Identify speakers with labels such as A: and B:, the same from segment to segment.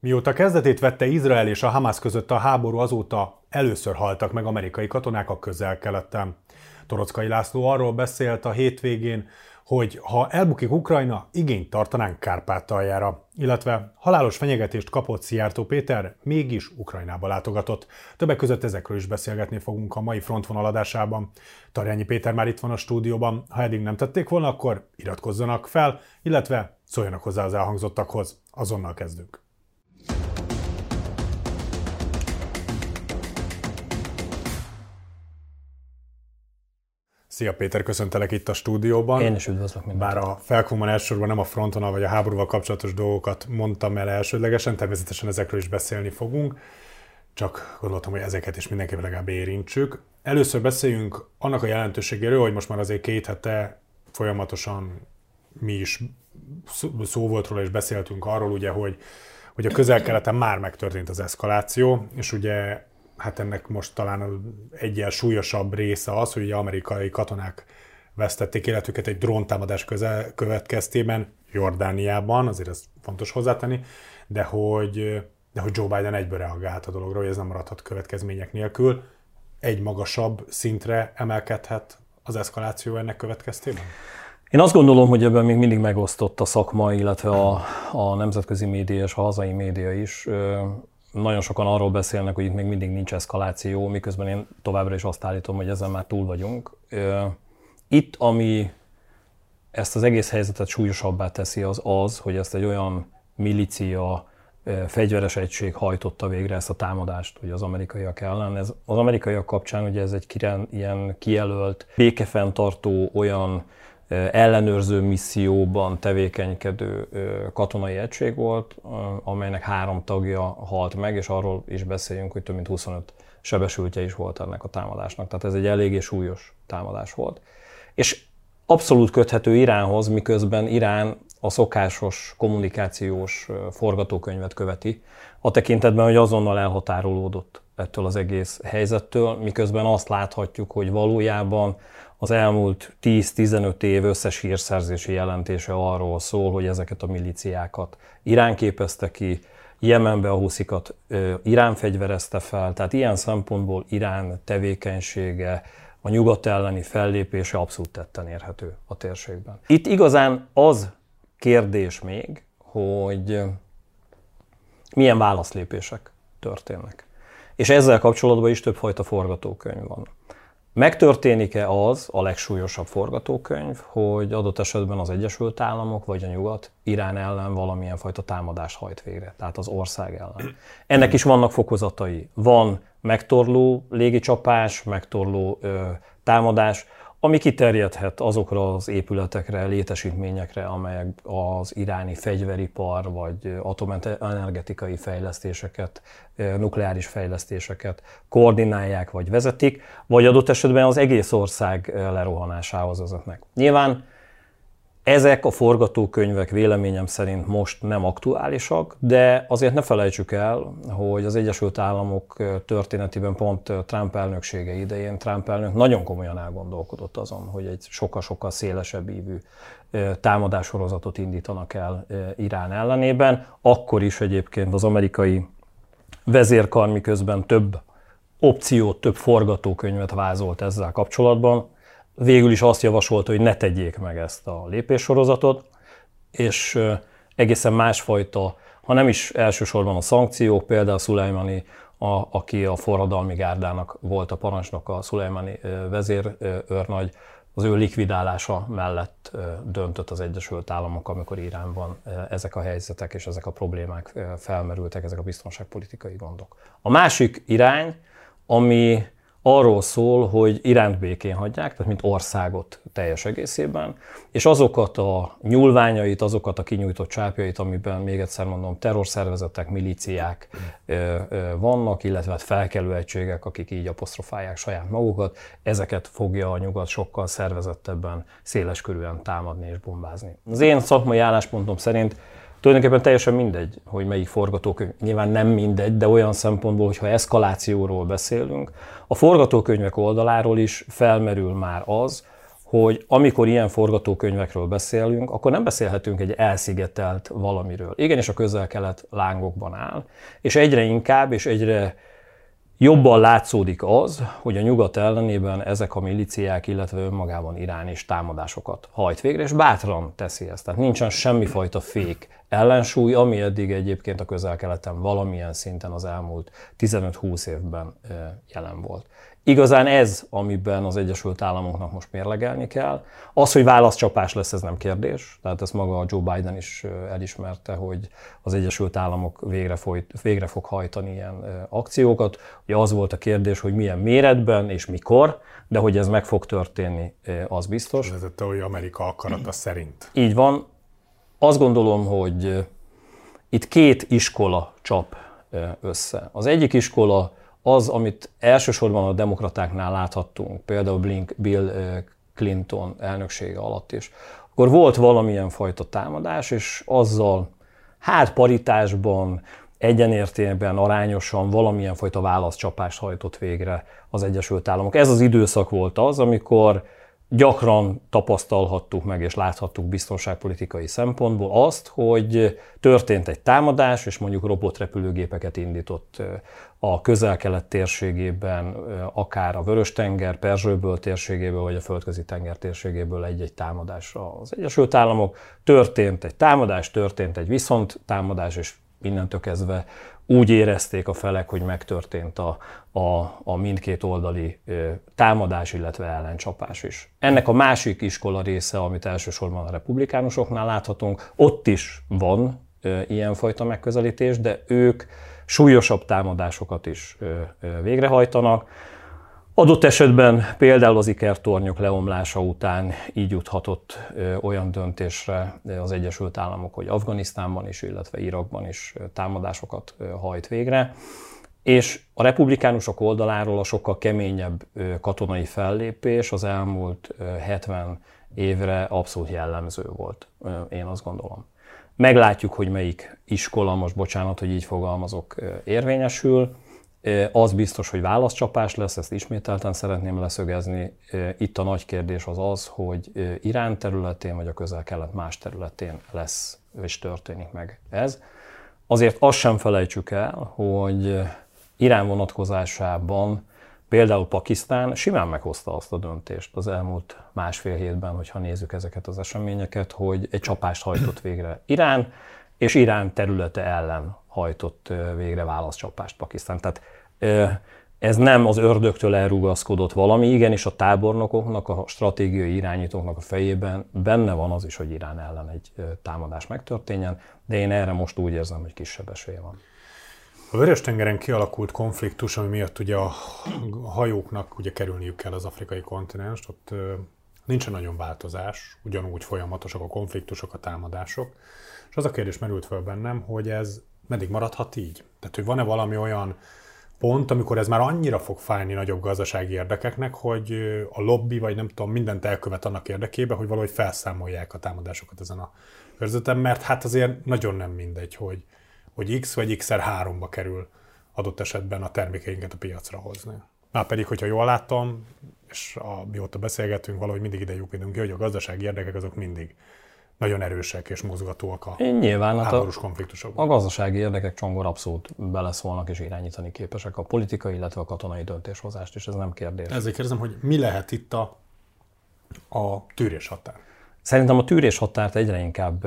A: Mióta kezdetét vette Izrael és a Hamász között a háború, azóta először haltak meg amerikai katonák a Közel-Keleten. Torockai László arról beszélt a hétvégén, hogy ha elbukik Ukrajna, igényt tartanánk Kárpátaljára, illetve halálos fenyegetést kapott Szijjártó Péter mégis Ukrajnába látogatott. Többek között ezekről is beszélgetni fogunk a mai Frontvonal adásában. Tarjányi Péter már itt van a stúdióban, ha eddig nem tették volna, akkor iratkozzanak fel, illetve szóljanak hozzá az elhangzottakhoz. Azonnal kezdünk. Szia Péter, köszöntelek itt a stúdióban.
B: Én is üdvözlök mindenkit.
A: Bár a felkonban elsősorban nem a frontvonal vagy a háborúval kapcsolatos dolgokat mondtam el elsődlegesen, természetesen ezekről is beszélni fogunk, csak gondoltam, hogy ezeket is mindenképpen legalább érintsük. Először beszéljünk annak a jelentőségéről, hogy most már azért 2 hete folyamatosan mi is szó volt róla, és beszéltünk arról, ugye, hogy a Közel-Keleten már megtörtént az eszkaláció, és ugye hát ennek most talán egyel súlyosabb része az, hogy amerikai katonák vesztették életüket egy dróntámadás következtében Jordániában, azért ez fontos hozzátenni, de hogy Joe Biden egyből reagált a dologra, hogy ez nem maradhat következmények nélkül. Egy magasabb szintre emelkedhet az eszkaláció ennek következtében?
B: Én azt gondolom, hogy ebben még mindig megosztott a szakma, illetve a nemzetközi média és a hazai média is. Nagyon sokan arról beszélnek, hogy itt még mindig nincs eszkaláció, miközben én továbbra is azt állítom, hogy ezen már túl vagyunk. Itt, ami ezt az egész helyzetet súlyosabbá teszi, az, hogy ezt egy olyan milícia, fegyveres egység hajtotta végre ezt a támadást ugye az amerikaiak ellen. Az amerikaiak kapcsán ugye ez egy ilyen kijelölt, békefenntartó, olyan ellenőrző misszióban tevékenykedő katonai egység volt, amelynek 3 tagja halt meg, és arról is beszéljünk, hogy több mint 25 sebesültje is volt ennek a támadásnak. Tehát ez egy eléggé súlyos támadás volt. És abszolút köthető Iránhoz, miközben Irán a szokásos kommunikációs forgatókönyvet követi, a tekintetben, hogy azonnal elhatárolódott ettől az egész helyzettől, miközben azt láthatjuk, hogy valójában az elmúlt 10-15 év összes hírszerzési jelentése arról szól, hogy ezeket a milíciákat Irán képezte ki, Jemenbe a huszikat Irán fegyverezte fel, tehát ilyen szempontból Irán tevékenysége, a nyugat elleni fellépése abszolút tetten érhető a térségben. Itt igazán az kérdés még, hogy milyen válaszlépések történnek. És ezzel kapcsolatban is többfajta forgatókönyv van. Megtörténik-e az a legsúlyosabb forgatókönyv, hogy adott esetben az Egyesült Államok vagy a Nyugat Irán ellen valamilyen fajta támadást hajt végre, tehát az ország ellen. Ennek is vannak fokozatai. Van megtorló légicsapás, megtorló támadás, ami kiterjedhet azokra az épületekre, létesítményekre, amelyek az iráni fegyveripar vagy atomenergetikai fejlesztéseket, nukleáris fejlesztéseket koordinálják vagy vezetik, vagy adott esetben az egész ország lerohanásához vezetnek. Nyilván ezek a forgatókönyvek véleményem szerint most nem aktuálisak, de azért ne felejtsük el, hogy az Egyesült Államok történetében pont Trump elnöksége idején Trump elnök nagyon komolyan elgondolkodott azon, hogy egy sokkal-sokkal szélesebb ívű támadássorozatot indítanak el Irán ellenében. Akkor is egyébként az amerikai vezérkar miközben több opciót, több forgatókönyvet vázolt ezzel kapcsolatban. Végül is azt javasolta, hogy ne tegyék meg ezt a lépéssorozatot, és egészen másfajta, ha nem is elsősorban a szankciók, például Szulejmani, aki a forradalmi gárdának volt a parancsnoka, a Szulejmani vezérőrnagy, az ő likvidálása mellett döntött az Egyesült Államok, amikor Iránban ezek a helyzetek és ezek a problémák felmerültek, ezek a biztonságpolitikai gondok. A másik irány, ami arról szól, hogy Iránt békén hagyják, tehát mint országot teljes egészében, és azokat a nyúlványait, azokat a kinyújtott csápjait, amiben még egyszer mondom, terrorszervezetek, milíciák vannak, illetve felkelő egységek, akik így apostrofálják saját magukat, ezeket fogja a nyugat sokkal szervezettebben, széleskörűen támadni és bombázni. Az én szakmai álláspontom szerint tulajdonképpen teljesen mindegy, hogy melyik forgatókönyv, nyilván nem mindegy, de olyan szempontból, hogyha eszkalációról beszélünk, a forgatókönyvek oldaláról is felmerül már az, hogy amikor ilyen forgatókönyvekről beszélünk, akkor nem beszélhetünk egy elszigetelt valamiről. Igenis a Közel-Kelet lángokban áll, és egyre inkább és egyre jobban látszódik az, hogy a nyugat ellenében ezek a milíciák, illetve önmagában Irán is támadásokat hajt végre, és bátran teszi ezt. Tehát nincsen semmifajta fék ellensúly, ami eddig egyébként a Közel-Keleten valamilyen szinten az elmúlt 15-20 évben jelen volt. Igazán ez, amiben az Egyesült Államoknak most mérlegelni kell. Az, hogy válaszcsapás lesz, ez nem kérdés. Tehát ezt maga a Joe Biden is elismerte, hogy az Egyesült Államok végre fog hajtani ilyen akciókat. Ugye az volt a kérdés, hogy milyen méretben és mikor, de hogy ez meg fog történni, az biztos.
A: Ez hogy Amerika akarata szerint.
B: Így van. Azt gondolom, hogy itt két iskola csap össze. Az egyik iskola az, amit elsősorban a demokratáknál láthattunk, például Bill Clinton elnöksége alatt is, akkor volt valamilyen fajta támadás, és azzal paritásban, egyenértékben, arányosan valamilyen fajta válaszcsapást hajtott végre az Egyesült Államok. Ez az időszak volt az, amikor gyakran tapasztalhattuk meg és láthattuk biztonságpolitikai szempontból azt, hogy történt egy támadás, és mondjuk robotrepülőgépeket indított a Közel-Kelet térségében, akár a Vörös-tenger, Perzső-öböl térségéből, vagy a Földközi-tenger térségéből egy-egy támadásra az Egyesült Államok. Történt egy támadás, történt egy viszonttámadás, és innentől kezdve úgy érezték a felek, hogy megtörtént a mindkét oldali támadás, illetve ellencsapás is. Ennek a másik iskola része, amit elsősorban a republikánusoknál láthatunk, ott is van ilyenfajta megközelítés, de ők súlyosabb támadásokat is végrehajtanak. Adott esetben például az ikertornyok leomlása után így juthatott olyan döntésre az Egyesült Államok, hogy Afganisztánban is, illetve Irakban is támadásokat hajt végre. És a republikánusok oldaláról a sokkal keményebb katonai fellépés az elmúlt 70 évre abszolút jellemző volt, én azt gondolom. Meglátjuk, hogy melyik iskola, most bocsánat, hogy így fogalmazok, érvényesül. Az biztos, hogy válaszcsapás lesz, ezt ismételten szeretném leszögezni. Itt a nagy kérdés az az, hogy Irán területén vagy a Közel-Kelet más területén lesz és történik meg ez. Azért azt sem felejtsük el, hogy Irán vonatkozásában például Pakisztán simán meghozta azt a döntést az elmúlt másfél hétben, hogyha nézzük ezeket az eseményeket, hogy egy csapást hajtott végre Irán, és Irán területe ellen hajtott végre válaszcsapást Pakisztán. Tehát ez nem az ördögtől elrugaszkodott valami, igenis a tábornokoknak, a stratégiai irányítóknak a fejében benne van az is, hogy Irán ellen egy támadás megtörténjen, de én erre most úgy érzem, hogy kisebb esély van.
A: A Vörös-tengeren kialakult konfliktus, ami miatt ugye a hajóknak ugye kerülniük kell az afrikai kontinenst, ott nincsen nagyon változás, ugyanúgy folyamatosak a konfliktusok, a támadások. És az a kérdés merült fel bennem, hogy ez meddig maradhat így? Tehát, hogy van-e valami olyan pont, amikor ez már annyira fog fájni nagyobb gazdasági érdekeknek, hogy a lobby, vagy nem tudom, mindent elkövet annak érdekében, hogy valahogy felszámolják a támadásokat ezen a körzeten, mert hát azért nagyon nem mindegy, hogy X vagy XR3-ba kerül adott esetben a termékeinket a piacra hozni. Pedig, hogyha jól láttam, és mióta beszélgetünk, valahogy mindig ide lyukadunk ki, hogy a gazdasági érdekek azok mindig nagyon erősek és mozgatóak a háborús konfliktusokban.
B: A gazdasági érdekek csongor abszolút beleszólnak és irányítani képesek a politikai, illetve a katonai döntéshozást, és ez nem kérdés.
A: Ezért kérdezem, hogy mi lehet itt a tűréshatár?
B: Szerintem a tűréshatárt egyre inkább,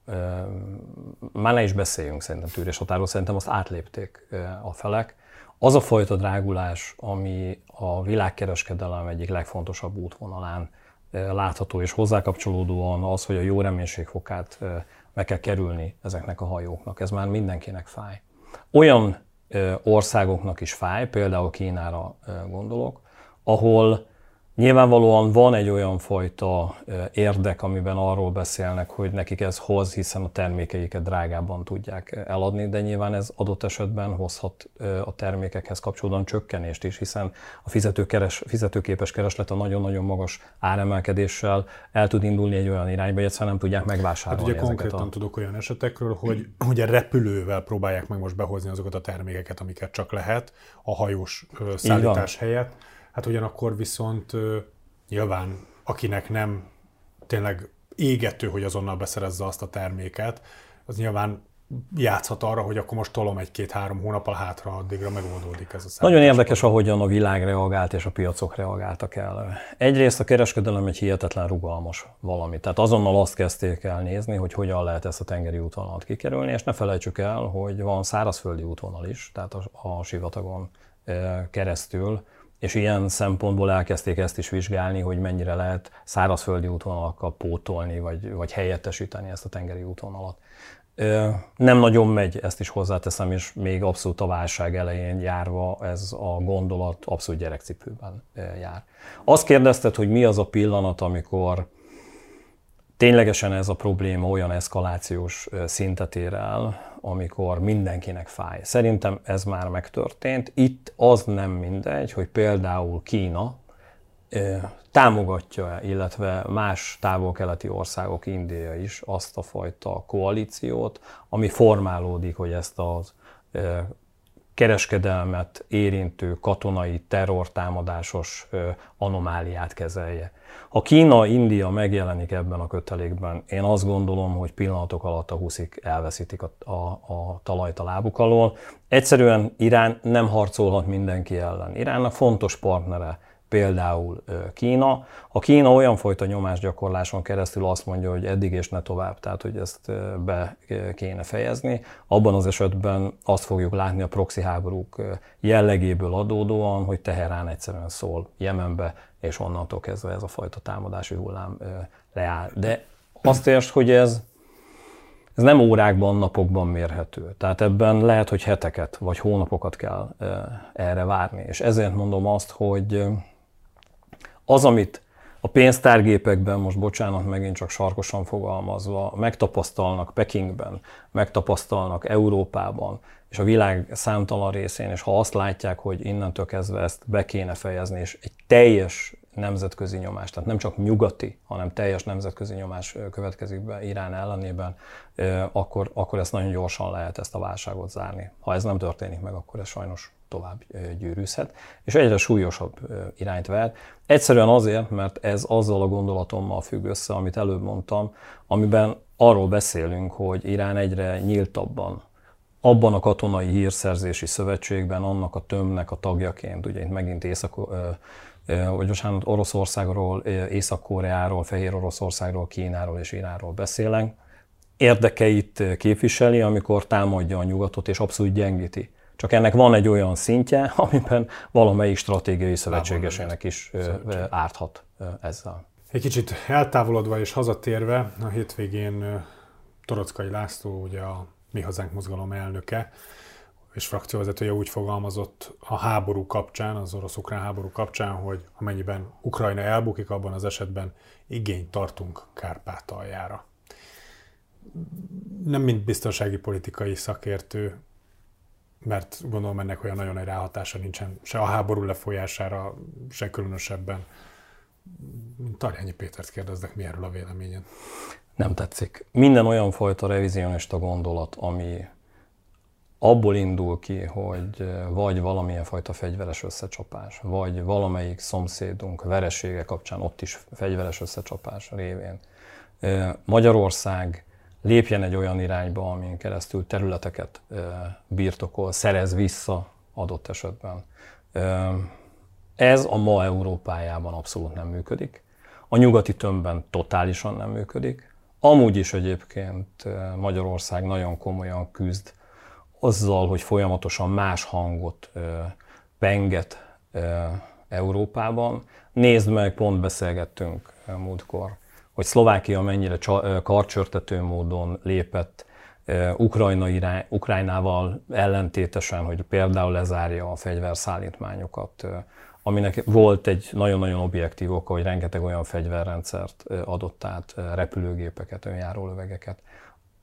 B: már ne is beszéljünk szerintem tűréshatárról, szerintem azt átlépték a felek. Az a fajta drágulás, ami a világkereskedelem egyik legfontosabb útvonalán látható, és hozzákapcsolódóan az, hogy a jó reménységfokát meg kell kerülni ezeknek a hajóknak, ez már mindenkinek fáj. Olyan országoknak is fáj, például Kínára gondolok, ahol nyilvánvalóan van egy olyan fajta érdek, amiben arról beszélnek, hogy nekik ez hoz, hiszen a termékeiket drágábban tudják eladni, de nyilván ez adott esetben hozhat a termékekhez kapcsolódóan csökkenést is, hiszen a fizetőképes kereslet a nagyon-nagyon magas áremelkedéssel el tud indulni egy olyan irányba, hogy egyszerűen nem tudják megvásárolni
A: hát ugye konkrétan tudok olyan esetekről, hogy ugye repülővel próbálják meg most behozni azokat a termékeket, amiket csak lehet a hajós szállítás helyett. Hát ugyanakkor viszont nyilván akinek nem tényleg égető, hogy azonnal beszerezze azt a terméket, az nyilván játszhat arra, hogy akkor most tolom 1-2-3 hónappal hátra, addigra megoldódik ez a szám.
B: Nagyon érdekes, ahogyan a világ reagált és a piacok reagáltak el. Egyrészt a kereskedelem egy hihetetlen rugalmas valami. Tehát azonnal azt kezdték el nézni, hogy hogyan lehet ezt a tengeri útvonalat kikerülni, és ne felejtsük el, hogy van szárazföldi útvonal is, tehát a sivatagon keresztül, és ilyen szempontból elkezdték ezt is vizsgálni, hogy mennyire lehet szárazföldi útvonalakkal pótolni, vagy helyettesíteni ezt a tengeri útvonalat. Nem nagyon megy, ezt is hozzáteszem, és még abszolút a válság elején járva ez a gondolat abszolút gyerekcipőben jár. Azt kérdezted, hogy mi az a pillanat, amikor ténylegesen ez a probléma olyan eszkalációs szintet ér el, amikor mindenkinek fáj. Szerintem ez már megtörtént. Itt az nem mindegy, hogy például Kína támogatja, illetve más távol-keleti országok, India is azt a fajta koalíciót, ami formálódik, hogy ezt a kereskedelmet érintő katonai terrortámadásos anomáliát kezelje. Ha Kína, India megjelenik ebben a kötelékben, én azt gondolom, hogy pillanatok alatt a huszik elveszítik a talajt a lábuk alól. Egyszerűen Irán nem harcolhat mindenki ellen. Iránnak fontos partnere például Kína. Ha Kína olyan fajta nyomásgyakorláson keresztül azt mondja, hogy eddig és ne tovább, tehát hogy ezt be kéne fejezni, abban az esetben azt fogjuk látni a proxy háborúk jellegéből adódóan, hogy Teherán egyszerűen szól Jemenbe, és onnantól kezdve ez a fajta támadási hullám leáll. De azt értsd, hogy ez nem órákban, napokban mérhető. Tehát ebben lehet, hogy heteket vagy hónapokat kell erre várni. És ezért mondom azt, hogy az, amit a pénztárgépekben, most bocsánat, megint csak sarkosan fogalmazva, megtapasztalnak Pekingben, megtapasztalnak Európában, és a világ számtalan részén, és ha azt látják, hogy innentől kezdve ezt be kéne fejezni, és egy teljes nemzetközi nyomás, tehát nem csak nyugati, hanem teljes nemzetközi nyomás következik be Irán ellenében, akkor ezt nagyon gyorsan lehet ezt a válságot zárni. Ha ez nem történik meg, akkor ez sajnos tovább gyűrűzhet, és egyre súlyosabb irányt vehet. Egyszerűen azért, mert ez azzal a gondolatommal függ össze, amit előbb mondtam, amiben arról beszélünk, hogy Irán egyre nyíltabban, abban a katonai hírszerzési szövetségben, annak a tömbnek a tagjaként, ugye itt megint Oroszországról, Észak-Koreáról, Fehér Oroszországról, Kínáról és Iránról beszélünk, érdekeit képviseli, amikor támadja a nyugatot és abszolút gyengíti. Csak ennek van egy olyan szintje, amiben valamelyik stratégiai szövetségesének is árthat ezzel.
A: Egy kicsit eltávolodva és hazatérve, a hétvégén Torockai László, ugye a Mi Hazánk mozgalom elnöke és frakcióvezetője úgy fogalmazott a háború kapcsán, az orosz-ukrán háború kapcsán, hogy amennyiben Ukrajna elbukik, abban az esetben igényt tartunk Kárpátaljára. Nem mint biztonsági politikai szakértő, mert gondolom ennek olyan nagyon nagy ráhatása nincsen se a háború lefolyására, se különösebben. Tarjányi Pétert kérdeznek, mi erről a véleményed?
B: Nem tetszik. Minden olyan fajta revizionista gondolat, ami abból indul ki, hogy vagy valamilyen fajta fegyveres összecsapás, vagy valamelyik szomszédunk veresége kapcsán ott is fegyveres összecsapás révén Magyarország lépjen egy olyan irányba, amin keresztül területeket birtokol, szerez vissza adott esetben. Ez a ma Európájában abszolút nem működik. A nyugati tömbben totálisan nem működik. Amúgy is egyébként Magyarország nagyon komolyan küzd azzal, hogy folyamatosan más hangot penget Európában. Nézd meg, pont beszélgettünk múltkor, hogy Szlovákia mennyire karcsörtető módon lépett Ukrajnával ellentétesen, hogy például lezárja a fegyverszállítmányokat, aminek volt egy nagyon-nagyon objektív oka, hogy rengeteg olyan fegyverrendszert adott át, repülőgépeket, önjárólövegeket,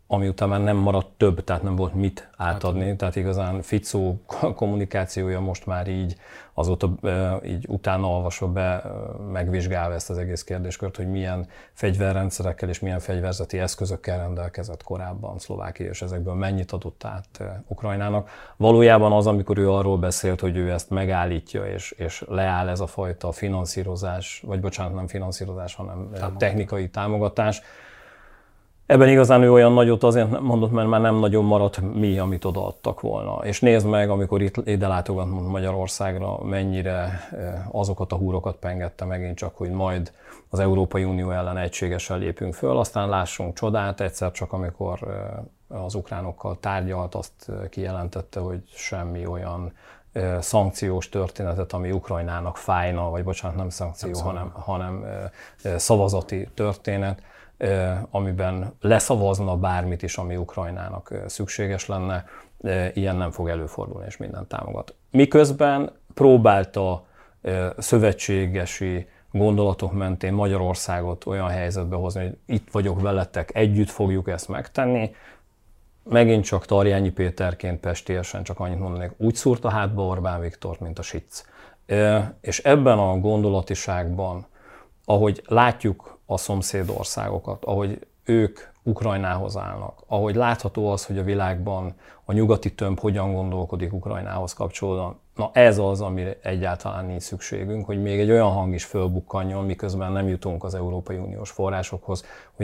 B: ami után már nem maradt több, tehát nem volt mit átadni. Tehát igazán Fico kommunikációja most már így azóta így utána olvasva be, megvizsgálva ezt az egész kérdéskört, hogy milyen fegyverrendszerekkel és milyen fegyverzeti eszközökkel rendelkezett korábban Szlovákia, és ezekből mennyit adott át Ukrajnának. Valójában az, amikor ő arról beszélt, hogy ő ezt megállítja, és leáll ez a fajta finanszírozás, vagy bocsánat, nem finanszírozás, hanem technikai támogatás. Ebben igazán ő olyan nagyot azért nem mondott, mert már nem nagyon maradt mi, amit odaadtak volna. És nézd meg, amikor ide látogat Magyarországra, mennyire azokat a húrokat pengette megint csak, hogy majd az Európai Unió ellen egységesen lépünk föl, aztán lássunk csodát, egyszer csak amikor az ukránokkal tárgyalt, azt kijelentette, hogy semmi olyan szankciós történetet, ami Ukrajnának fájna, vagy bocsánat, nem szankció, hanem szavazati történet, amiben leszavazna bármit is, ami Ukrajnának szükséges lenne, ilyen nem fog előfordulni, és mindent támogat. Miközben próbálta szövetségesi gondolatok mentén Magyarországot olyan helyzetbe hozni, hogy itt vagyok veletek, együtt fogjuk ezt megtenni. Megint csak Tarjányi Péterként pestiesen csak annyit mondanék, úgy szúrta hátba Orbán Viktort, mint a sic. És ebben a gondolatiságban, ahogy látjuk a szomszédországokat, ahogy ők Ukrajnához állnak, ahogy látható az, hogy a világban a nyugati tömb hogyan gondolkodik Ukrajnához kapcsolódóan, na ez az, amire egyáltalán nincs szükségünk, hogy még egy olyan hang is fölbukkanjon, miközben nem jutunk az Európai Uniós forrásokhoz, hogy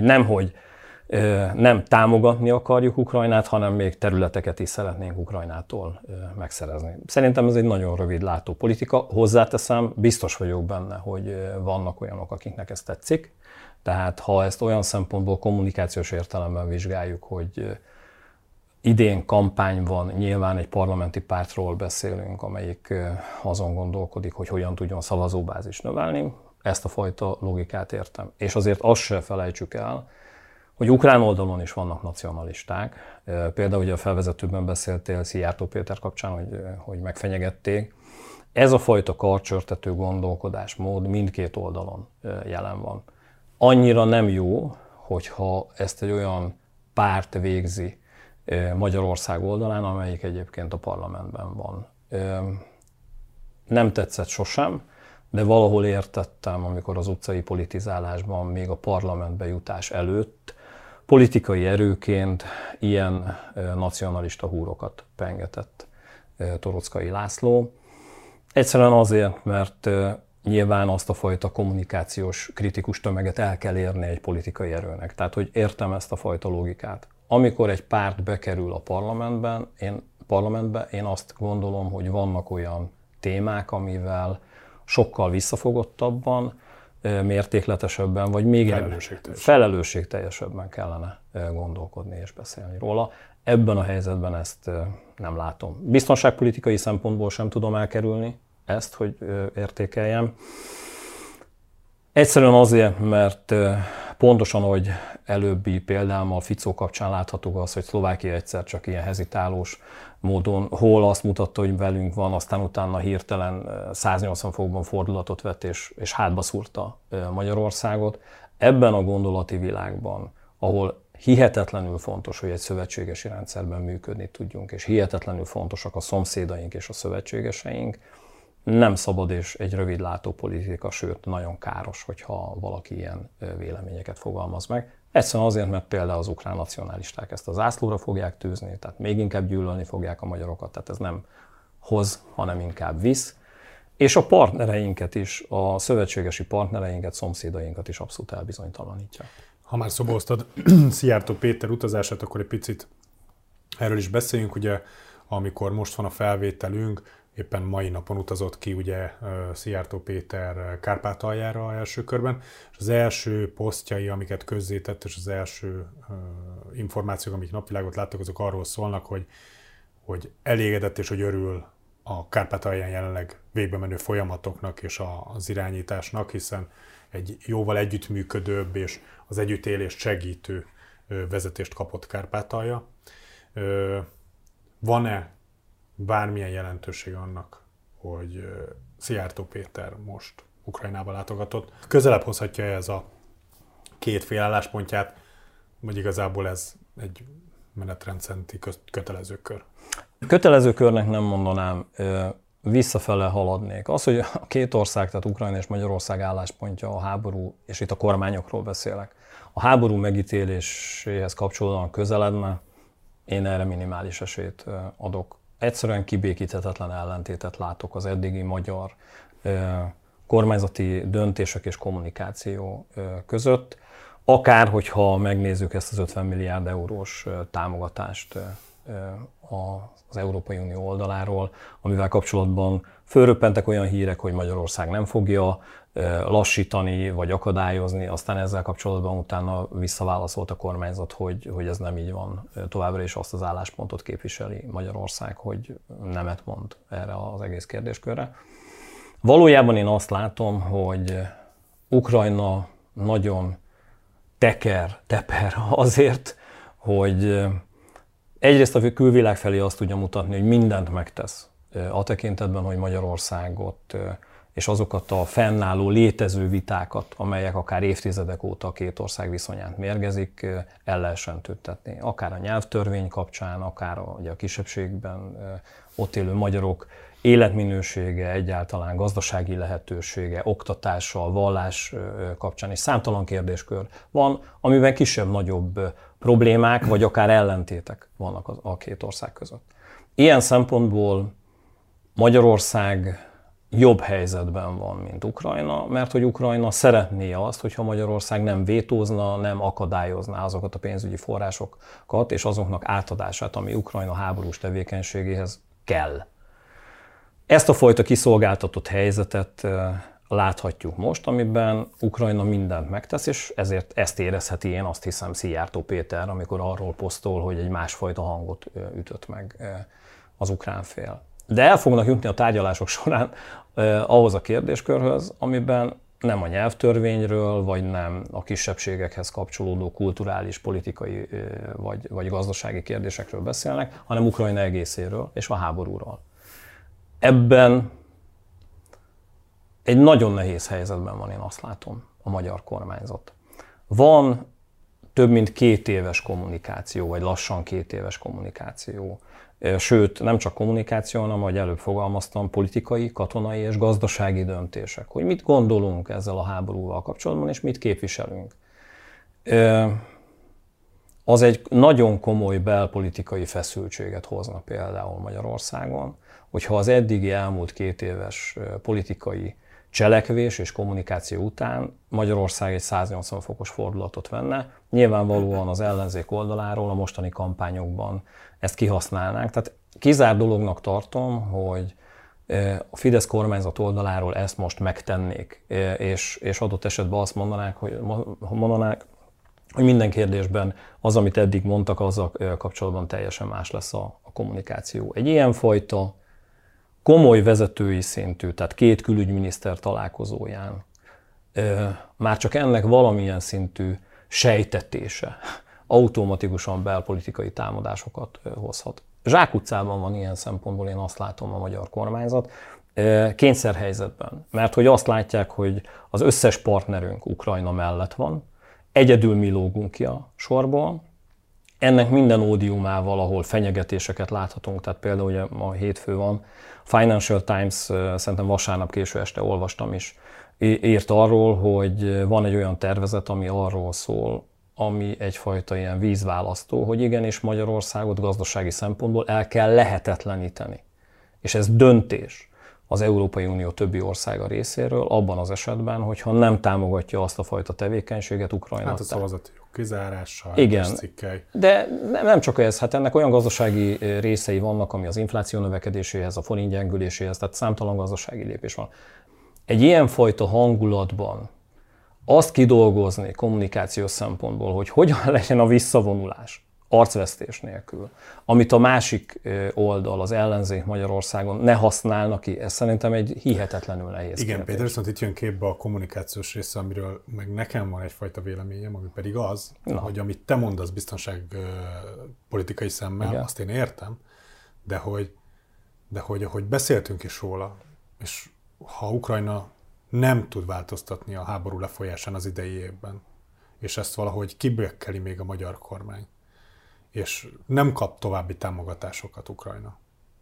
B: nem támogatni akarjuk Ukrajnát, hanem még területeket is szeretnénk Ukrajnától megszerezni. Szerintem ez egy nagyon rövidlátó politika. Hozzáteszem, biztos vagyok benne, hogy vannak olyanok, akiknek ez tetszik. Tehát ha ezt olyan szempontból kommunikációs értelemben vizsgáljuk, hogy idén kampány van, nyilván egy parlamenti pártról beszélünk, amelyik azon gondolkodik, hogy hogyan tudjon szavazóbázis növelni. Ezt a fajta logikát értem. És azért azt se felejtsük el, hogy ukrán oldalon is vannak nacionalisták. Például ugye a felvezetőben beszéltél Szijjártó Péter kapcsán, hogy megfenyegették. Ez a fajta karcsörtető gondolkodásmód mindkét oldalon jelen van. Annyira nem jó, hogyha ezt egy olyan párt végzi Magyarország oldalán, amelyik egyébként a parlamentben van. Nem tetszett sosem, de valahol értettem, amikor az utcai politizálásban még a parlamentbe jutás előtt politikai erőként ilyen nacionalista húrokat pengetett Toroczkai László. Egyszerűen azért, mert nyilván azt a fajta kommunikációs kritikus tömeget el kell érni egy politikai erőnek. Tehát, hogy értem ezt a fajta logikát. Amikor egy párt bekerül a parlamentbe, én azt gondolom, hogy vannak olyan témák, amivel sokkal visszafogottabban, mértékletesebben, vagy még felelősségteljesebben kellene gondolkodni és beszélni róla. Ebben a helyzetben ezt nem látom. Biztonságpolitikai szempontból sem tudom elkerülni ezt, hogy értékeljem. Egyszerűen azért, mert pontosan, ahogy előbbi példámmal Fico kapcsán látható az, hogy Szlovákia egyszer csak ilyen hezitálós módon hol azt mutatta, hogy velünk van, aztán utána hirtelen 180 fokban fordulatot vett és hátba szúrta Magyarországot. Ebben a gondolati világban, ahol hihetetlenül fontos, hogy egy szövetségesi rendszerben működni tudjunk, és hihetetlenül fontosak a szomszédaink és a szövetségeseink, nem szabad és egy rövidlátó politika, sőt nagyon káros, hogyha valaki ilyen véleményeket fogalmaz meg. Egyszerűen azért, mert például az ukrán nacionalisták ezt a zászlóra fogják tűzni, tehát még inkább gyűlölni fogják a magyarokat, tehát ez nem hoz, hanem inkább visz. És a partnereinket is, a szövetségesi partnereinket, szomszédainkat is abszolút elbizonytalanítja.
A: Ha már szóba hoztad Szijjártó Péter utazását, akkor egy picit erről is beszéljünk. Ugye, amikor most van a felvételünk, éppen mai napon utazott ki ugye Szijjártó Péter Kárpátaljára első körben, és az első posztjai, amiket közzétett, és az első információk, amik napvilágot láttak, azok arról szólnak, hogy elégedett és hogy örül a Kárpátalján jelenleg végbe menő folyamatoknak és az irányításnak, hiszen egy jóval együttműködőbb és az együttélést segítő vezetést kapott Kárpátalja. Van-e bármilyen jelentőség annak, hogy Szijjártó Péter most Ukrajnába látogatott? Közelebb hozhatja ez a két fél álláspontját, vagy igazából ez egy menetrendszerinti kötelező kör?
B: Kötelező körnek nem mondanám, visszafele haladnék. Az, hogy a két ország, tehát Ukrajna és Magyarország álláspontja a háború, és itt a kormányokról beszélek, a háború megítéléséhez kapcsolódóan közeledne, én erre minimális esélyt adok. Egyszerűen kibékíthetetlen ellentétet látok az eddigi magyar kormányzati döntések és kommunikáció között, akár hogyha megnézzük ezt az 50 milliárd eurós támogatást az Európai Unió oldaláról, amivel kapcsolatban fölröppentek olyan hírek, hogy Magyarország nem fogja lassítani vagy akadályozni, aztán ezzel kapcsolatban utána visszaválaszolt a kormányzat, hogy ez nem így van. Továbbra is azt az álláspontot képviseli Magyarország, hogy nemet mond erre az egész kérdéskörre. Valójában én azt látom, hogy Ukrajna nagyon teper azért, hogy egyrészt a külvilág felé azt tudja mutatni, hogy mindent megtesz a tekintetben, hogy Magyarországot és azokat a fennálló, létező vitákat, amelyek akár évtizedek óta a két ország viszonyát mérgezik, el lehessen tüntetni. Akár a nyelvtörvény kapcsán, akár ugye a kisebbségben ott élő magyarok életminősége, egyáltalán gazdasági lehetősége, oktatása, vallás kapcsán is számtalan kérdéskör van, amiben kisebb-nagyobb problémák, vagy akár ellentétek vannak a két ország között. Ilyen szempontból Magyarország jobb helyzetben van, mint Ukrajna, mert hogy Ukrajna szeretné azt, hogyha Magyarország nem vétózna, nem akadályozná azokat a pénzügyi forrásokat és azoknak átadását, ami Ukrajna háborús tevékenységéhez kell. Ezt a fajta kiszolgáltatott helyzetet láthatjuk most, amiben Ukrajna mindent megtesz, és ezért ezt érezheti, én azt hiszem, Szijjártó Péter, amikor arról posztol, hogy egy másfajta hangot ütött meg az ukrán fél. De el fognak jutni a tárgyalások során ahhoz a kérdéskörhöz, amiben nem a nyelvtörvényről, vagy nem a kisebbségekhez kapcsolódó kulturális, politikai vagy gazdasági kérdésekről beszélnek, hanem Ukrajna egészéről és a háborúról. Ebben egy nagyon nehéz helyzetben van, én azt látom, a magyar kormányzat. Van több mint 2 éves kommunikáció, vagy lassan 2 éves kommunikáció. Sőt, nem csak kommunikáció, hanem, ahogy előbb fogalmaztam, politikai, katonai és gazdasági döntések. Hogy mit gondolunk ezzel a háborúval kapcsolatban, és mit képviselünk. Az egy nagyon komoly belpolitikai feszültséget hozna például Magyarországon, hogyha az eddigi elmúlt 2 éves politikai cselekvés és kommunikáció után Magyarország egy 180 fokos fordulatot venne. Nyilvánvalóan az ellenzék oldaláról a mostani kampányokban ezt kihasználnánk. Tehát kizárt dolognak tartom, hogy a Fidesz kormányzat oldaláról ezt most megtennék, és adott esetben azt mondanák, hogy minden kérdésben az, amit eddig mondtak, azzal kapcsolatban teljesen más lesz a kommunikáció. Egy ilyenfajta komoly vezetői szintű, tehát 2 külügyminiszter találkozóján már csak ennek valamilyen szintű sejtetése automatikusan belpolitikai támadásokat hozhat. Zsákutcában van ilyen szempontból, én azt látom, a magyar kormányzat, kényszerhelyzetben, mert hogy azt látják, hogy az összes partnerünk Ukrajna mellett van, egyedül mi lógunk ki a sorból, ennek minden ódiumával, ahol fenyegetéseket láthatunk, tehát például ugye ma hétfő van, Financial Times, szerintem vasárnap késő este olvastam is, írt arról, hogy van egy olyan tervezet, ami arról szól, ami egyfajta ilyen vízválasztó, hogy igenis Magyarországot gazdasági szempontból el kell lehetetleníteni. És ez döntés az Európai Unió többi országa részéről, abban az esetben, hogyha nem támogatja azt a fajta tevékenységet Ukrajna.
A: Hát a szavazati jog kizárása,
B: igen, de nem csak ez, hát ennek olyan gazdasági részei vannak, ami az infláció növekedéséhez, a forint gyengüléséhez, tehát számtalan gazdasági lépés van. Egy ilyenfajta hangulatban azt kidolgozni kommunikációs szempontból, hogy hogyan legyen a visszavonulás arcvesztés nélkül, amit a másik oldal, az ellenzék Magyarországon ne használnak ki, ez szerintem egy hihetetlenül nehéz
A: Igen,
B: kérdés.
A: Péter, viszont itt jön képbe a kommunikációs része, amiről meg nekem van egyfajta véleményem, ami pedig az, hogy amit te mondasz biztonságpolitikai szemmel, igen, azt én értem, de hogy beszéltünk is róla, és ha Ukrajna nem tud változtatni a háború lefolyásán az idei évben, és ezt valahogy kibökkeli még a magyar kormány, és nem kap további támogatásokat Ukrajna.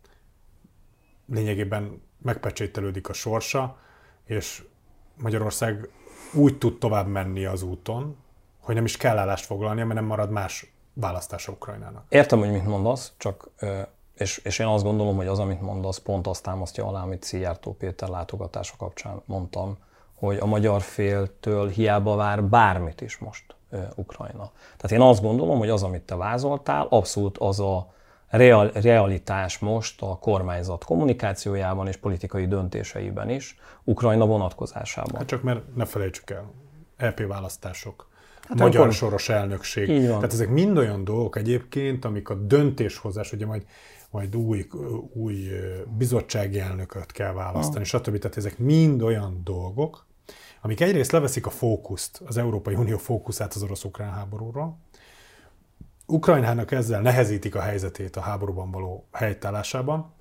A: Lényegében megpecsételődik a sorsa, és Magyarország úgy tud tovább menni az úton, hogy nem is kell állást foglalnia, mert nem marad más választása Ukrajnának.
B: Értem, hogy mit mondasz, csak, és én azt gondolom, hogy az, amit mondasz, pont azt támasztja alá, amit Szijjártó Péter látogatása kapcsán mondtam, hogy a magyar féltől hiába vár bármit is most Ukrajna. Tehát én azt gondolom, hogy az, amit te vázoltál, abszolút az a realitás most a kormányzat kommunikációjában és politikai döntéseiben is, Ukrajna vonatkozásában.
A: Hát csak mert ne felejtsük el, EP választások, magyar soros elnökség. Tehát ezek mind olyan dolgok egyébként, amik a döntéshozás, ugye majd új bizottsági elnököt kell választani, stb. Tehát ezek mind olyan dolgok, amik egyrészt leveszik a fókuszt, az Európai Unió fókuszát az orosz-ukrán háborúról, Ukrajnának ezzel nehezítik a helyzetét a háborúban való helytállásában,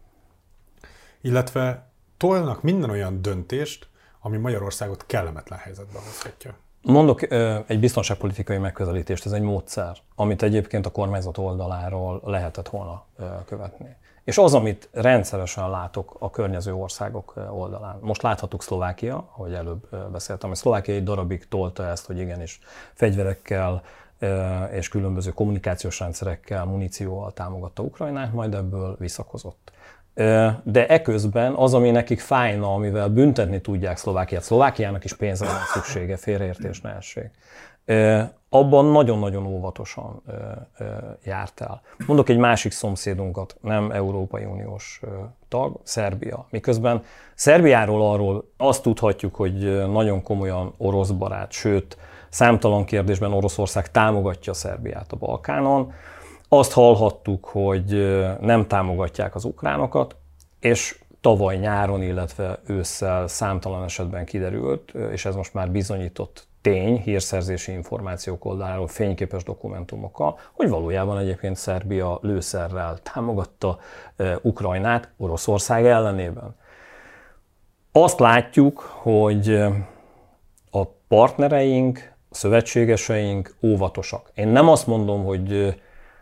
A: illetve tolnak minden olyan döntést, ami Magyarországot kellemetlen helyzetbe hozhatja.
B: Mondok egy biztonságpolitikai megközelítést, ez egy módszer, amit egyébként a kormányzat oldaláról lehetett volna követni. És az, amit rendszeresen látok a környező országok oldalán. Most láthattuk Szlovákia, ahogy előbb beszéltem, hogy Szlovákia egy darabig tolta ezt, hogy igenis fegyverekkel és különböző kommunikációs rendszerekkel, munícióval támogatta Ukrajnát, majd ebből visszakozott. De eközben az, ami nekik fájna, amivel büntetni tudják Szlovákiát, Szlovákiának is pénzre van szüksége, félreértés ne essék, abban nagyon-nagyon óvatosan járt el. Mondok egy másik szomszédunkat, nem Európai Uniós tag, Szerbia. Miközben Szerbiáról arról azt tudhatjuk, hogy nagyon komolyan orosz barát, sőt, számtalan kérdésben Oroszország támogatja Szerbiát a Balkánon. Azt hallhattuk, hogy nem támogatják az ukránokat, és tavaly nyáron, illetve ősszel számtalan esetben kiderült, és ez most már bizonyított tény, hírszerzési információk oldaláról, fényképes dokumentumokkal, hogy valójában egyébként Szerbia lőszerrel támogatta Ukrajnát Oroszország ellenében. Azt látjuk, hogy a partnereink, a szövetségeseink óvatosak. Én nem azt mondom, hogy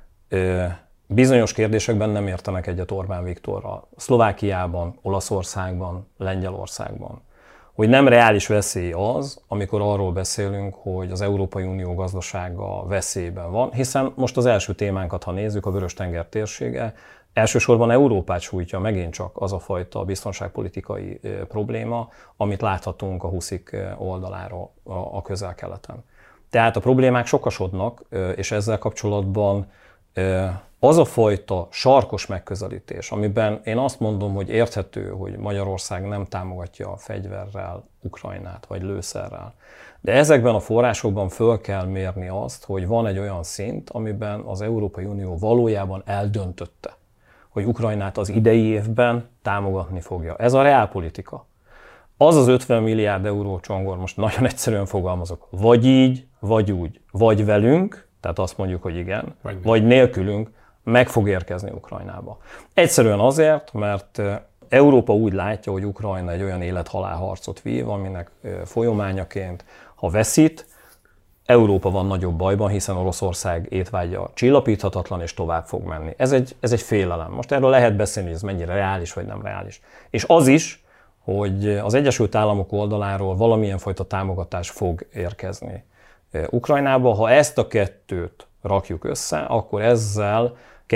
B: bizonyos kérdésekben nem értenek egyet Orbán Viktorral. Szlovákiában, Olaszországban, Lengyelországban. Hogy nem reális veszély az, amikor arról beszélünk, hogy az Európai Unió gazdasága veszélyben van, hiszen most az első témánkat, ha nézzük, a Vörös-tenger térsége, elsősorban Európát sújtja megint csak az a fajta biztonságpolitikai probléma, amit láthatunk a huszik oldaláról a Közel-Keleten. Tehát a problémák sokasodnak, és ezzel kapcsolatban az a fajta sarkos megközelítés, amiben én azt mondom, hogy érthető, hogy Magyarország nem támogatja a fegyverrel Ukrajnát, vagy lőszerrel. De ezekben a forrásokban föl kell mérni azt, hogy van egy olyan szint, amiben az Európai Unió valójában eldöntötte, hogy Ukrajnát az idei évben támogatni fogja. Ez a reálpolitika. Az az 50 milliárd euró csongor, most nagyon egyszerűen fogalmazok, vagy így, vagy úgy, vagy velünk, tehát azt mondjuk, hogy igen, vagy nélkülünk meg fog érkezni Ukrajnába. Egyszerűen azért, mert Európa úgy látja, hogy Ukrajna egy olyan élet-halál harcot vív, aminek folyamányaként, ha veszít, Európa van nagyobb bajban, hiszen Oroszország étvágya csillapíthatatlan és tovább fog menni. Ez egy félelem. Most erről lehet beszélni, hogy ez mennyire reális vagy nem reális. És az is, hogy az Egyesült Államok oldaláról valamilyen fajta támogatás fog érkezni Ukrajnába. Ha ezt a kettőt rakjuk össze, akkor ezzel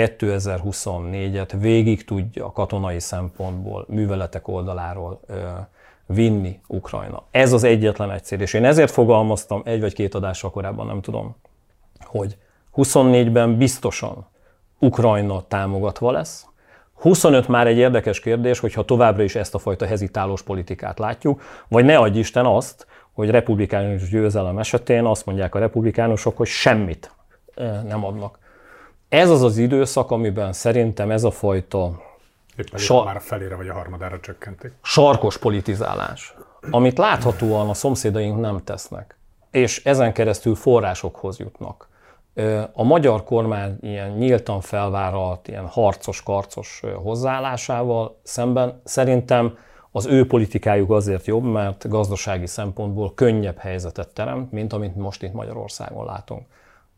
B: 2024-et végig tudja katonai szempontból, műveletek oldaláról vinni Ukrajna. Ez az egyetlen egy cél. És én ezért fogalmaztam egy vagy két adással korábban, nem tudom, hogy 24-ben biztosan Ukrajna támogatva lesz. 25 már egy érdekes kérdés, hogyha továbbra is ezt a fajta hezitálós politikát látjuk, vagy ne adj Isten azt, hogy republikánus győzelem esetén azt mondják a republikánusok, hogy semmit nem adnak. Ez az az időszak, amiben szerintem ez a fajta
A: már a felére vagy a harmadára csökkentik.
B: Sarkos politizálás, amit láthatóan a szomszédaink nem tesznek, és ezen keresztül forrásokhoz jutnak. A magyar kormány ilyen nyíltan felvállalt, ilyen harcos-karcos hozzáállásával szemben szerintem az ő politikájuk azért jobb, mert gazdasági szempontból könnyebb helyzetet teremt, mint amit most itt Magyarországon látunk.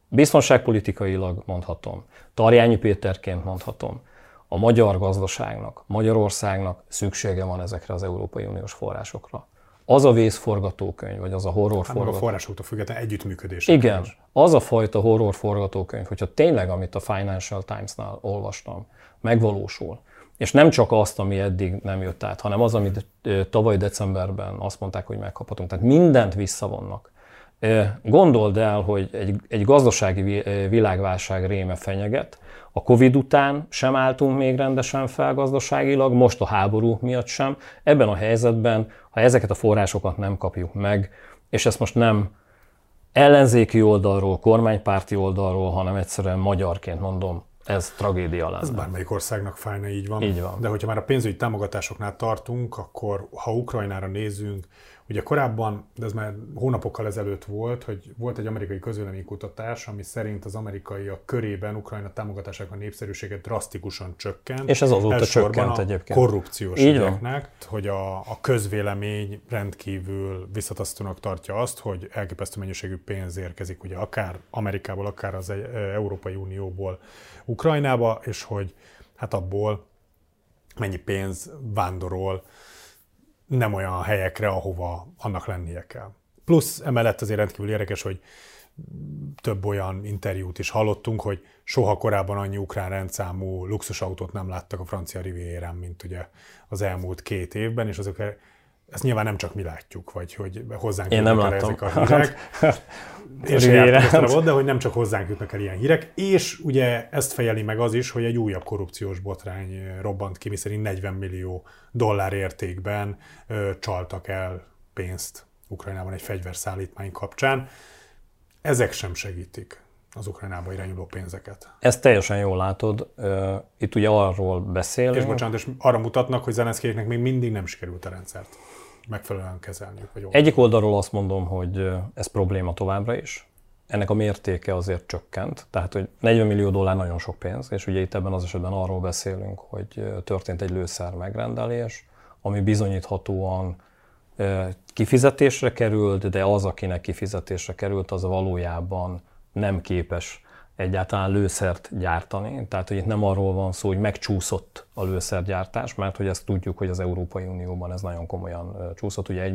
B: biztonságpolitikailag mondhatom, Tarjányi Péterként mondhatom, a magyar gazdaságnak, Magyarországnak szüksége van ezekre az Európai Uniós forrásokra. Az a vészforgatókönyv, vagy az a horrorforgatókönyv.
A: A forrásoktól független együttműködés.
B: Igen, az a fajta horrorforgatókönyv, hogyha tényleg, amit a Financial Times-nál olvastam, megvalósul, és nem csak azt, ami eddig nem jött át, hanem az, amit tavaly decemberben azt mondták, hogy megkaphatunk. Tehát mindent visszavonnak. Gondold el, hogy egy gazdasági világválság réme fenyeget, a Covid után sem álltunk még rendesen fel gazdaságilag, most a háború miatt sem. Ebben a helyzetben, ha ezeket a forrásokat nem kapjuk meg, és ezt most nem ellenzéki oldalról, kormánypárti oldalról, hanem egyszerűen magyarként mondom, ez tragédia lenne.
A: Ez bármelyik országnak fájna, így van.
B: Így van.
A: De hogyha már a pénzügyi támogatásoknál tartunk, akkor ha Ukrajnára nézünk, ugye korábban, de ez már hónapokkal ezelőtt volt, hogy volt egy amerikai közvéleménykutatás, ami szerint az amerikaiak körében Ukrajna támogatásának a népszerűsége drasztikusan csökkent.
B: És ez azóta csökkent egyébként.
A: Korrupciós ügyeknek, hogy a közvélemény rendkívül visszatasztónak tartja azt, hogy elképesztő mennyiségű pénz érkezik, ugye akár Amerikából, akár az Európai Unióból Ukrajnába, és hogy hát abból mennyi pénz vándorol nem olyan helyekre, ahova annak lennie kell. Plusz emellett azért rendkívül érdekes, hogy több olyan interjút is hallottunk, hogy soha korábban annyi ukrán rendszámú luxusautót nem láttak a francia rivierán, mint ugye az elmúlt 2 évben, és azok ezt nyilván nem csak mi látjuk, vagy hogy hozzánk jutnak el ezek a hírek. Én sem jártam ott, de hogy nem csak hozzánk jutnak el ilyen hírek, és ugye ezt fejeli meg az is, hogy egy újabb korrupciós botrány robbant ki, miszerint $40 millió értékben csaltak el pénzt Ukrajnában egy fegyverszállítmány kapcsán. Ezek sem segítik az Ukrajnába irányuló pénzeket.
B: Ezt teljesen jól látod. Itt ugye arról beszélünk.
A: És bocsánat, és arra mutatnak, hogy Zelenszkijéknek még mindig nem sikerült a rendszert megfelelően kezelniük.
B: Egyik oldalról azt mondom, hogy ez probléma továbbra is. Ennek a mértéke azért csökkent. Tehát, hogy $40 millió nagyon sok pénz, és ugye itt ebben az esetben arról beszélünk, hogy történt egy lőszer megrendelés, ami bizonyíthatóan kifizetésre került, de az, akinek kifizetésre került, az valójában nem képes egyáltalán lőszert gyártani. Tehát, hogy itt nem arról van szó, hogy megcsúszott a lőszergyártás, mert hogy ezt tudjuk, hogy az Európai Unióban ez nagyon komolyan csúszott. Ugye 1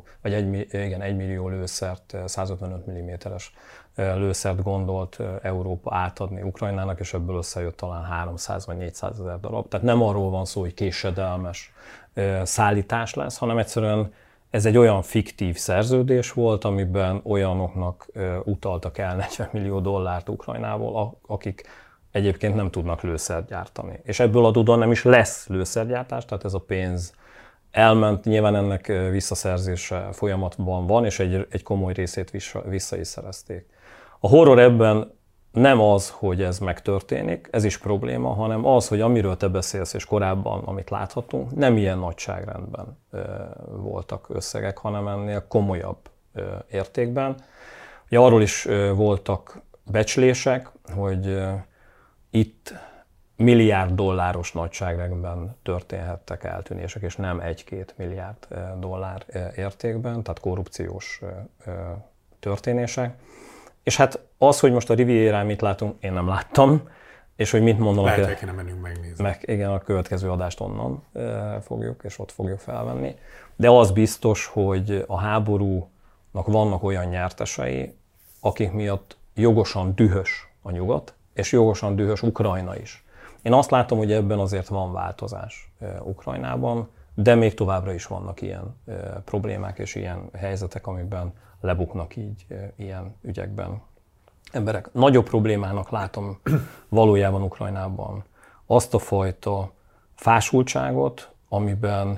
B: millió lőszert, 155 mm-es lőszert gondolt Európa átadni Ukrajnának, és ebből összejött talán 300 vagy 400 ezer darab. Tehát nem arról van szó, hogy késedelmes szállítás lesz, hanem egyszerűen ez egy olyan fiktív szerződés volt, amiben olyanoknak utaltak el $40 millió Ukrajnából, akik egyébként nem tudnak lőszert gyártani. És ebből adódóan nem is lesz lőszergyártás, tehát ez a pénz elment, nyilván ennek visszaszerzése folyamatban van, és egy komoly részét vissza is szerezték. A horror ebben nem az, hogy ez megtörténik, ez is probléma, hanem az, hogy amiről te beszélsz, és korábban, amit láthatunk, nem ilyen nagyságrendben voltak összegek, hanem ennél komolyabb értékben. Ugye arról is voltak becslések, hogy itt $1 milliárd nagyságrendben történhettek eltűnések, és nem $1-2 milliárd értékben, tehát korrupciós történések. És hát az, hogy most a Rivierán mit látunk, én nem láttam, és hogy mit mondanak.
A: Lehet, hogy kéne mennünk megnézni.
B: Igen, a következő adást onnan fogjuk, és ott fogjuk felvenni. De az biztos, hogy a háborúnak vannak olyan nyertesei, akik miatt jogosan dühös a nyugat, és jogosan dühös Ukrajna is. Én azt látom, hogy ebben azért van változás Ukrajnában, de még továbbra is vannak ilyen problémák és ilyen helyzetek, amikben lebuknak így ilyen ügyekben emberek. Nagyobb problémának látom valójában Ukrajnában azt a fajta fásultságot, amiben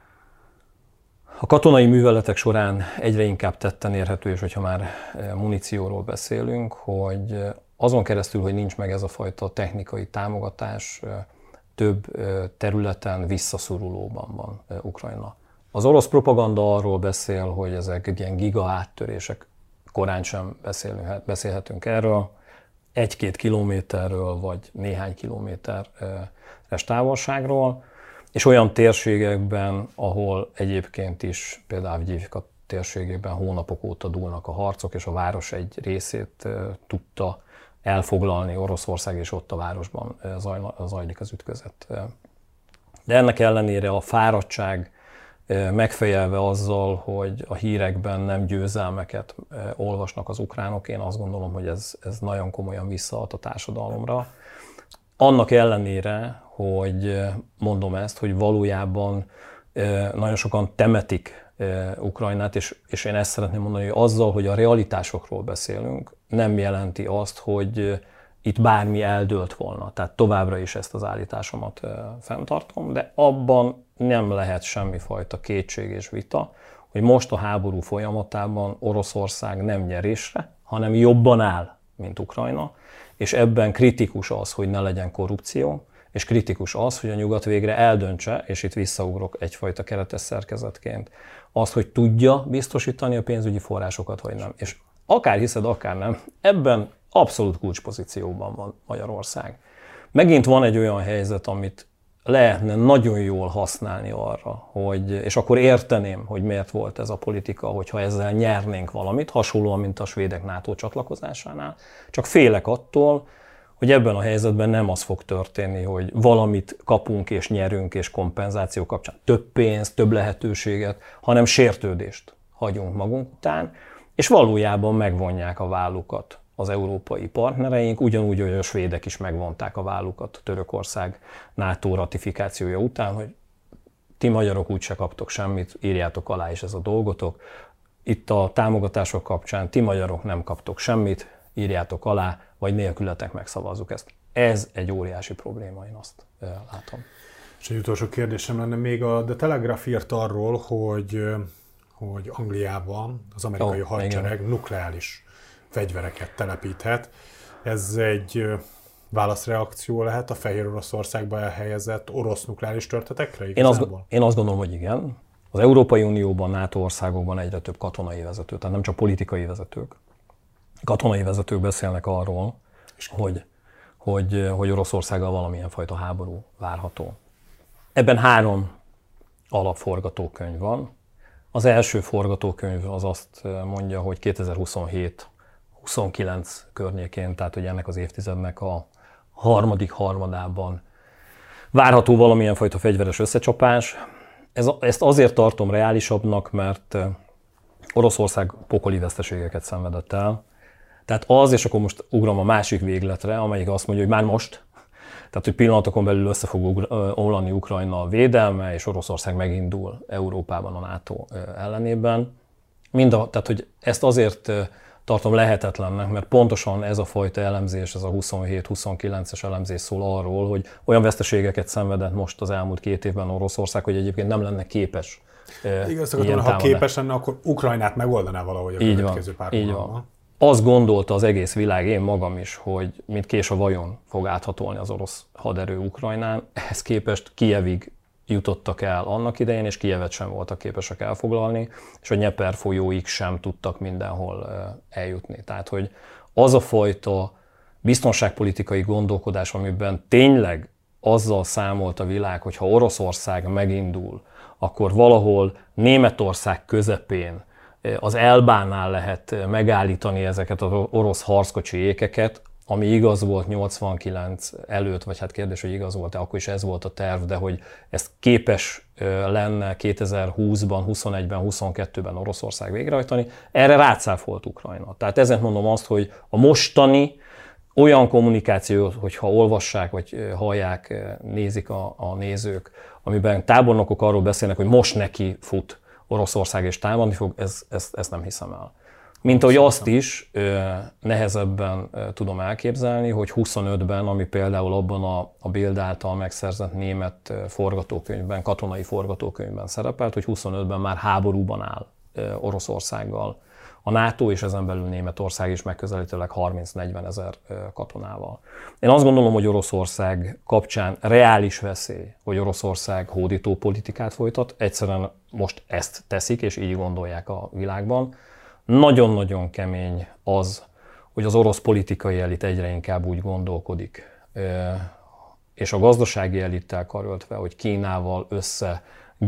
B: a katonai műveletek során egyre inkább tetten érhető, és hogyha már munícióról beszélünk, hogy azon keresztül, hogy nincs meg ez a fajta technikai támogatás, több területen visszaszorulóban van Ukrajna. Az orosz propaganda arról beszél, hogy ezek ilyen giga áttörések, korán sem beszélhetünk erről, 1-2 kilométerről vagy néhány kilométeres távolságról, és olyan térségekben, ahol egyébként is, például Avdyivka térségében hónapok óta dúlnak a harcok, és a város egy részét tudta elfoglalni Oroszország, és ott a városban zajlik az ütközet. De ennek ellenére a fáradtság megfejelve azzal, hogy a hírekben nem győzelmeket olvasnak az ukránok, én azt gondolom, hogy ez nagyon komolyan visszahat a társadalomra. Annak ellenére, hogy mondom ezt, hogy valójában nagyon sokan temetik Ukrajnát, és én ezt szeretném mondani, hogy azzal, hogy a realitásokról beszélünk, nem jelenti azt, hogy itt bármi eldőlt volna. Tehát továbbra is ezt az állításomat fenntartom, de abban nem lehet semmifajta kétség és vita, hogy most a háború folyamatában Oroszország nem nyerésre, hanem jobban áll, mint Ukrajna, és ebben kritikus az, hogy ne legyen korrupció, és kritikus az, hogy a nyugat végre eldöntse, és itt visszaugrok egyfajta keretes szerkezetként, azt, hogy tudja biztosítani a pénzügyi forrásokat, vagy nem. És akár hiszed, akár nem, ebben abszolút kulcspozícióban van Magyarország. Megint van egy olyan helyzet, amit lehetne nagyon jól használni arra, hogy, és akkor érteném, hogy miért volt ez a politika, hogyha ezzel nyernénk valamit, hasonlóan, mint a svédek NATO csatlakozásánál. Csak félek attól, hogy ebben a helyzetben nem az fog történni, hogy valamit kapunk és nyerünk és kompenzáció kapcsán több pénzt, több lehetőséget, hanem sértődést hagyunk magunk után, és valójában megvonják a vállukat az európai partnereink, ugyanúgy, hogy a svédek is megvonták a vállukat Törökország NATO ratifikációja után, hogy ti magyarok úgyse kaptok semmit, írjátok alá is ez a dolgotok. Itt a támogatások kapcsán ti magyarok nem kaptok semmit, írjátok alá, vagy nélkületek megszavazzuk ezt. Ez egy óriási probléma, én azt látom.
A: És egy utolsó kérdésem lenne még, a The Telegraph írt arról, hogy Angliában az amerikai hadsereg nukleáris fegyvereket telepíthet. Ez egy válaszreakció lehet a Fehér Oroszországba elhelyezett orosz nukleáris történetekre igazából?
B: Én azt gondolom, hogy igen. Az Európai Unióban, NATO országokban egyre több katonai vezető, tehát nem csak politikai vezetők. Katonai vezetők beszélnek arról, hogy Oroszországgal valamilyen fajta háború várható. Ebben 3 alapforgatókönyv van. Az első forgatókönyv az azt mondja, hogy 2027-29 környékén, tehát hogy ennek az évtizednek a harmadik harmadában várható valamilyen fajta fegyveres összecsapás. Ezt azért tartom reálisabbnak, mert Oroszország pokoli veszteségeket szenvedett el. Tehát az, és akkor most ugrom a másik végletre, amelyik azt mondja, hogy már most, tehát hogy pillanatokon belül össze fog omlani Ukrajna védelme, és Oroszország megindul Európában a NATO ellenében. Tehát, hogy ezt azért tartom lehetetlennek, mert pontosan ez a fajta elemzés, ez a 27-29-es elemzés szól arról, hogy olyan veszteségeket szenvedett most az elmúlt 2 évben Oroszország, hogy egyébként nem lenne képes
A: igaz, ha képes lenne, akkor Ukrajnát megoldaná valahogy a következő pár hónapban.
B: Azt gondolta az egész világ, én magam is, hogy mint kés a vajon fog áthatolni az orosz haderő Ukrajnán. Ehhez képest Kijevig jutottak el annak idején, és Kijevet sem voltak képesek elfoglalni, és a Dnyeper folyóig sem tudtak mindenhol eljutni. Tehát, hogy az a fajta biztonságpolitikai gondolkodás, amiben tényleg azzal számolt a világ, hogy ha Oroszország megindul, akkor valahol Németország közepén, az Elbánál lehet megállítani ezeket az orosz harckocsi ékeket, ami igaz volt 89 előtt, vagy hát kérdés, hogy igaz volt-e, akkor is ez volt a terv, de hogy ezt képes lenne 2020-ban, 21-ben, 22-ben Oroszország végrehajtani, erre rácáfolt Ukrajna. Tehát ezért mondom azt, hogy a mostani olyan kommunikációt, hogyha olvassák, vagy hallják, nézik a nézők, amiben tábornokok arról beszélnek, hogy most neki fut Oroszország és támadni fog, ezt nem hiszem el. Mint ahogy azt is nehezebben tudom elképzelni, hogy 25-ben, ami például abban a Bild által megszerzett német forgatókönyvben, katonai forgatókönyvben szerepelt, hogy 25-ben már háborúban áll Oroszországgal a NATO, és ezen belül Németország is megközelítőleg 30-40 ezer katonával. Én azt gondolom, hogy Oroszország kapcsán reális veszély, hogy Oroszország hódító politikát folytat, egyszerűen most ezt teszik, és így gondolják a világban. Nagyon-nagyon kemény az, hogy az orosz politikai elit egyre inkább úgy gondolkodik, és a gazdasági elittel karöltve, hogy Kínával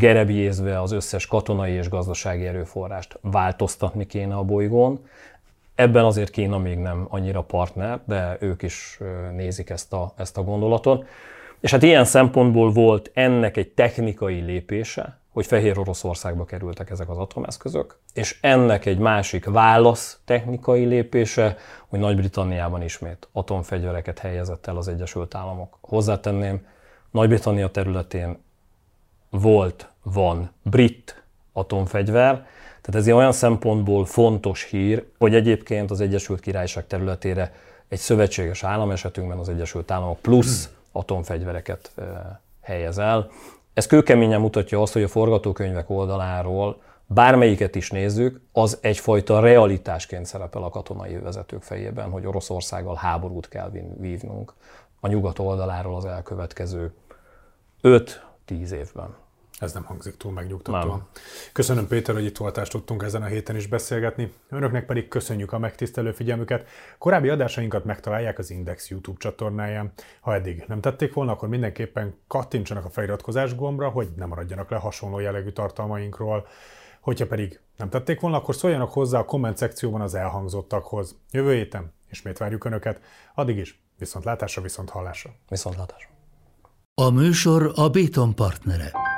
B: gerebjézve az összes katonai és gazdasági erőforrást változtatni kéne a bolygón. Ebben azért Kína még nem annyira partner, de ők is nézik ezt a gondolatot. És hát ilyen szempontból volt ennek egy technikai lépése, hogy Fehér Oroszországba kerültek ezek az atomeszközök, és ennek egy másik válasz technikai lépése, hogy Nagy-Britanniában ismét atomfegyvereket helyezett el az Egyesült Államok. Hozzátenném, Nagy-Britannia területén van brit atomfegyver, tehát ez olyan szempontból fontos hír, hogy egyébként az Egyesült Királyság területére egy szövetséges állam, esetünkben az Egyesült Államok plusz atomfegyvereket helyez el. Ez kőkeményen mutatja azt, hogy a forgatókönyvek oldaláról bármelyiket is nézzük, az egyfajta realitásként szerepel a katonai vezetők fejében, hogy Oroszországgal háborút kell vívnunk a nyugat oldaláról az elkövetkező 5-10 évben.
A: Ez nem hangzik túl megnyugtatóan. Köszönöm, Péter, hogy itt voltál, tudtunk ezen a héten is beszélgetni. Önöknek pedig köszönjük a megtisztelő figyelmüket. Korábbi adásainkat megtalálják az Index YouTube csatornáján. Ha eddig nem tették volna, akkor mindenképpen kattintsanak a feliratkozás gombra, hogy ne maradjanak le hasonló jellegű tartalmainkról. Hogyha pedig nem tették volna, akkor szóljanak hozzá a komment szekcióban az elhangzottakhoz. Jövő héten ismét várjuk Önöket. Addig is viszontlátásra, viszonthallásra.
B: Viszontlátásra.
C: A műsor a Béton partnere.